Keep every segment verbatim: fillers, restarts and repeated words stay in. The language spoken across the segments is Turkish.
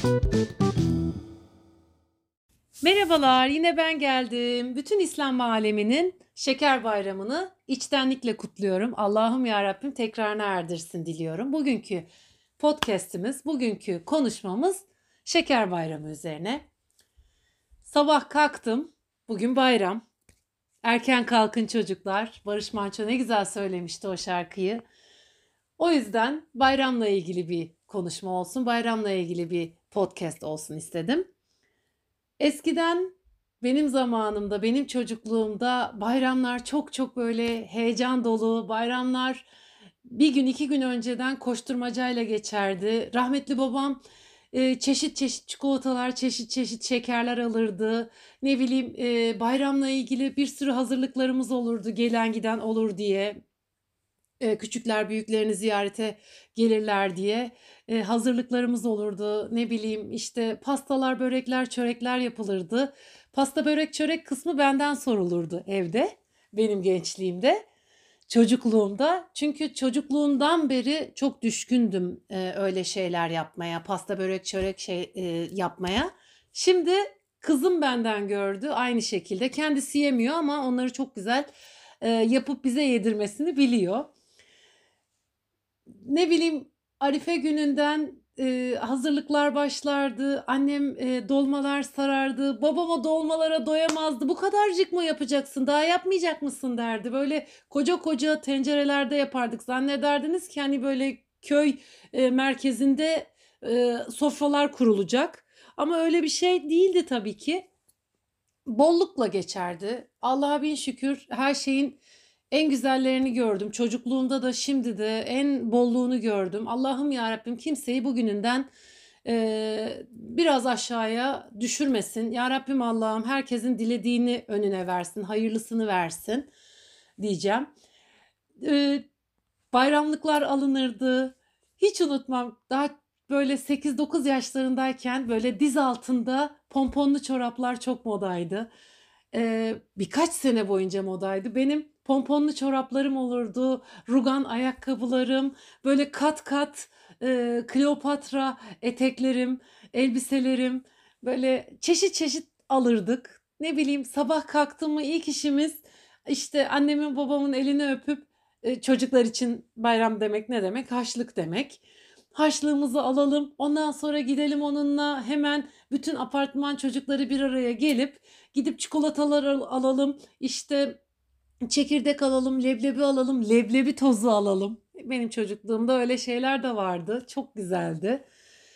Merhabalar, yine ben geldim. Bütün İslam aleminin Şeker Bayramı'nı içtenlikle kutluyorum. Allah'ım ya Rabbim tekrarına erdirsin diliyorum. Bugünkü podcast'imiz, bugünkü konuşmamız Şeker Bayramı üzerine. Sabah kalktım. Bugün bayram. Erken kalkın çocuklar. Barış Manço ne güzel söylemişti o şarkıyı. O yüzden bayramla ilgili bir konuşma olsun, bayramla ilgili bir podcast olsun istedim. Eskiden benim zamanımda, benim çocukluğumda bayramlar çok çok böyle heyecan dolu, bayramlar bir gün iki gün önceden koşturmacayla geçerdi. Rahmetli babam e, çeşit çeşit çikolatalar, çeşit çeşit şekerler alırdı. Ne bileyim e, bayramla ilgili bir sürü hazırlıklarımız olurdu, gelen giden olur diye. E, küçükler büyüklerini ziyarete gelirler diye e, hazırlıklarımız olurdu. Ne bileyim işte pastalar, börekler, çörekler yapılırdı. Pasta, börek, çörek kısmı benden sorulurdu evde, benim gençliğimde, çocukluğumda. Çünkü çocukluğumdan beri çok düşkündüm e, öyle şeyler yapmaya, pasta, börek, çörek şey e, yapmaya. Şimdi kızım benden gördü aynı şekilde. Kendisi yemiyor ama onları çok güzel e, yapıp bize yedirmesini biliyor. Ne bileyim, Arife gününden e, hazırlıklar başlardı. Annem e, dolmalar sarardı. Babam o dolmalara doyamazdı. Bu kadarcık mı yapacaksın? Daha yapmayacak mısın derdi. Böyle koca koca tencerelerde yapardık. Zannederdiniz ki hani böyle köy e, merkezinde e, sofralar kurulacak. Ama öyle bir şey değildi tabii ki. Bollukla geçerdi. Allah'a bin şükür her şeyin en güzellerini gördüm. Çocukluğumda da şimdi de en bolluğunu gördüm. Allah'ım ya Rabbim kimseyi bugününden eee, biraz aşağıya düşürmesin. Ya Rabbim Allah'ım herkesin dilediğini önüne versin, hayırlısını versin diyeceğim. Eee, Bayramlıklar alınırdı. Hiç unutmam. Daha böyle sekiz dokuz yaşlarındayken böyle diz altında pomponlu çoraplar çok modaydı. Ee, birkaç sene boyunca modaydı. Benim pomponlu çoraplarım olurdu, rugan ayakkabılarım, böyle kat kat e, Kleopatra eteklerim, elbiselerim, böyle çeşit çeşit alırdık. Ne bileyim sabah kalktım mı ilk işimiz işte annemin babamın elini öpüp e, çocuklar için bayram demek ne demek? Harçlık demek. Harçlığımızı alalım. Ondan sonra gidelim onunla hemen bütün apartman çocukları bir araya gelip gidip çikolatalar al- alalım. İşte çekirdek alalım, leblebi alalım, leblebi tozu alalım. Benim çocukluğumda öyle şeyler de vardı. Çok güzeldi.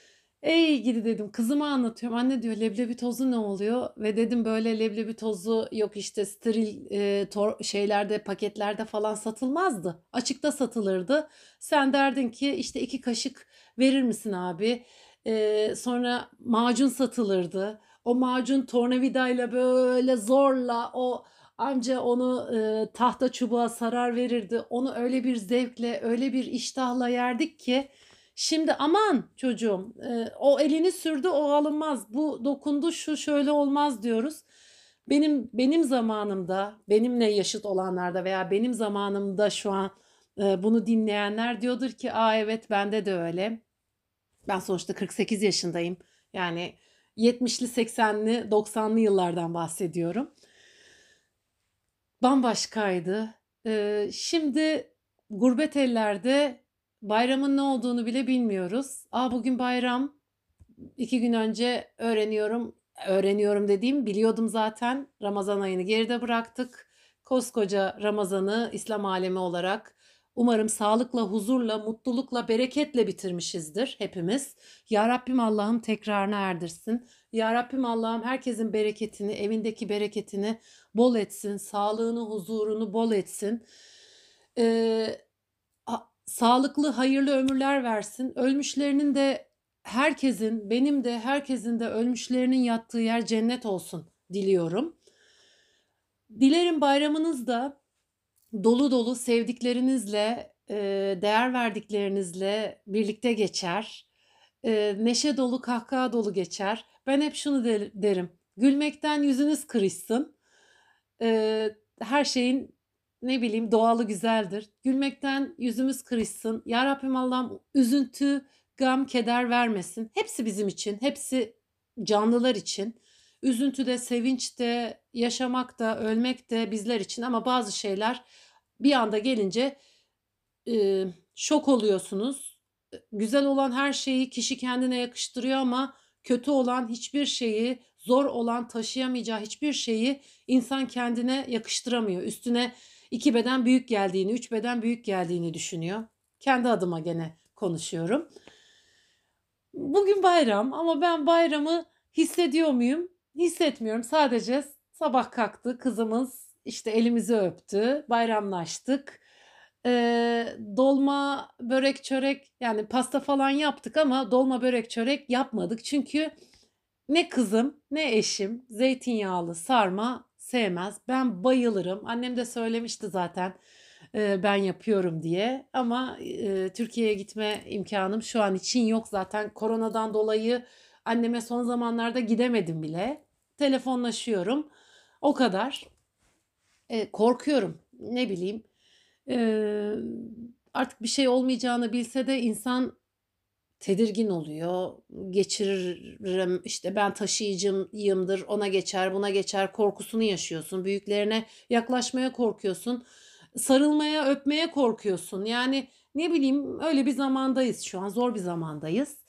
Ey gidi dedim kızıma anlatıyorum. Anne diyor leblebi tozu ne oluyor? Ve dedim böyle leblebi tozu yok işte steril e, tor- şeylerde paketlerde falan satılmazdı. Açıkta satılırdı. Sen derdin ki işte iki kaşık verir misin abi? E, sonra macun satılırdı. O macun tornavidayla böyle zorla o amca onu e, tahta çubuğa sarar verirdi. Onu öyle bir zevkle, öyle bir iştahla yerdik ki şimdi aman çocuğum e, o elini sürdü o alınmaz. Bu dokundu şu şöyle olmaz diyoruz. Benim benim zamanımda, benimle yaşıt olanlarda veya benim zamanımda şu an e, bunu dinleyenler diyordur ki, "Aa evet bende de öyle." Ben sonuçta kırk sekiz yaşındayım. Yani yetmişli, seksenli, doksanlı yıllardan bahsediyorum. Bambaşkaydı. Eee, şimdi gurbet ellerde bayramın ne olduğunu bile bilmiyoruz. Aa bugün bayram. iki gün önce öğreniyorum. Öğreniyorum dediğim biliyordum zaten. Ramazan ayını geride bıraktık. Koskoca Ramazan'ı İslam alemi olarak umarım sağlıkla, huzurla, mutlulukla, bereketle bitirmişizdir hepimiz. Ya Rabbim Allah'ım tekrarına erdirsin. Ya Rabbim Allah'ım herkesin bereketini, evindeki bereketini bol etsin. Sağlığını, huzurunu bol etsin. Ee, Sağlıklı, hayırlı ömürler versin. Ölmüşlerinin de herkesin, benim de herkesin de ölmüşlerinin yattığı yer cennet olsun diliyorum. Dilerim bayramınız da dolu dolu sevdiklerinizle, e, değer verdiklerinizle birlikte geçer. E, neşe dolu, kahkaha dolu geçer. Ben hep şunu derim. Gülmekten yüzünüz kırışsın. E, Her şeyin ne bileyim doğalı güzeldir. Gülmekten yüzümüz kırışsın. Ya Rabbim Allah'ım üzüntü, gam, keder vermesin. Hepsi bizim için, hepsi canlılar için. Üzüntü de, sevinç de, yaşamak da, ölmek de bizler için ama bazı şeyler bir anda gelince, eee, şok oluyorsunuz. Eee, güzel olan her şeyi kişi kendine yakıştırıyor ama kötü olan hiçbir şeyi, zor olan, taşıyamayacağı hiçbir şeyi insan kendine yakıştıramıyor. Üstüne iki beden büyük geldiğini, üç beden büyük geldiğini düşünüyor. Kendi adıma gene konuşuyorum. Bugün bayram ama ben bayramı hissediyor muyum? Hissetmiyorum. Sadece sabah kalktı kızımız, işte, elimizi öptü, bayramlaştık. Eee, dolma, börek, çörek, yani pasta falan yaptık ama dolma, börek, çörek yapmadık. Çünkü ne kızım ne eşim zeytinyağlı sarma sevmez. Ben bayılırım. Annem de söylemişti zaten, eee, ben yapıyorum diye ama, eee, Türkiye'ye gitme imkânım şu an için yok. Zaten koronadan dolayı anneme son zamanlarda gidemedim bile. Telefonlaşıyorum, o kadar. Eee, korkuyorum. Ne bileyim, eee, artık bir şey olmayacağını bilse de insan tedirgin oluyor. Geçiririm, işte, ben taşıyıcıyımdır, ona geçer, buna geçer korkusunu yaşıyorsun. Büyüklerine yaklaşmaya korkuyorsun. Sarılmaya, öpmeye korkuyorsun. Yani, ne bileyim, öyle bir zamandayız şu an, zor bir zamandayız.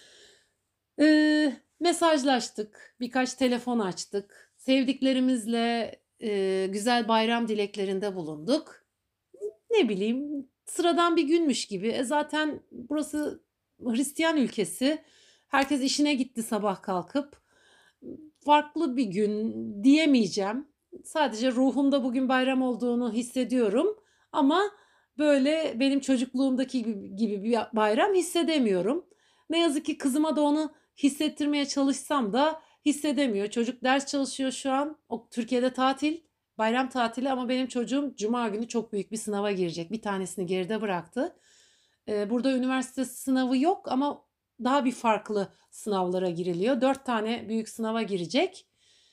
Eee, mesajlaştık, birkaç telefon açtık, sevdiklerimizle, eee, güzel bayram dileklerinde bulunduk. Ne bileyim, sıradan bir günmüş gibi. E, zaten burası Hristiyan ülkesi. Herkes işine gitti sabah kalkıp. Farklı bir gün diyemeyeceğim. Sadece ruhumda bugün bayram olduğunu hissediyorum ama böyle benim çocukluğumdaki gibi gibi bir bayram hissedemiyorum. Ne yazık ki kızıma da onu hissettirmeye çalışsam da hissedemiyor. Çocuk ders çalışıyor şu an. O Türkiye'de tatil. Bayram tatili ama benim çocuğum cuma günü çok büyük bir sınava girecek. Bir tanesini geride bıraktı. Eee, burada üniversite sınavı yok ama daha bir farklı sınavlara giriliyor. Dört tane büyük sınava girecek.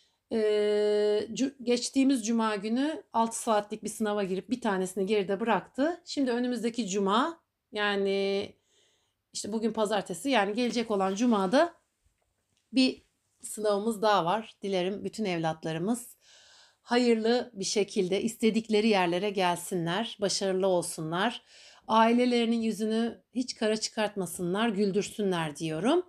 Eee, cu geçtiğimiz cuma günü altı saatlik bir sınava girip bir tanesini geride bıraktı. Şimdi önümüzdeki cuma, yani, işte, bugün pazartesi, yani, gelecek olan cumada bir sınavımız daha var. Dilerim bütün evlatlarımız hayırlı bir şekilde istedikleri yerlere gelsinler, başarılı olsunlar. Ailelerinin yüzünü hiç kara çıkartmasınlar, güldürsünler diyorum.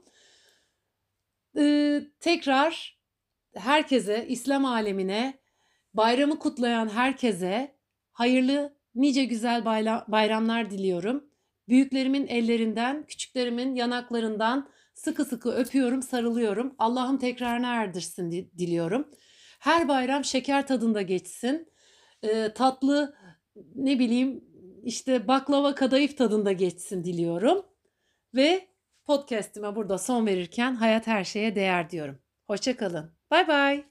Iıı, tekrar herkese, İslam alemine, bayramı kutlayan herkese hayırlı, nice güzel bayla bayramlar diliyorum. Büyüklerimin ellerinden, küçüklerimin yanaklarından sıkı sıkı öpüyorum, sarılıyorum. Allah'ım tekrarına erdirsin di diliyorum. Her bayram şeker tadında geçsin. Eee, tatlı, ne bileyim, işte, baklava, kadayıf tadında geçsin diliyorum ve podcast'ime burada son verirken hayat her şeye değer diyorum. Hoşça kalın. Baybay.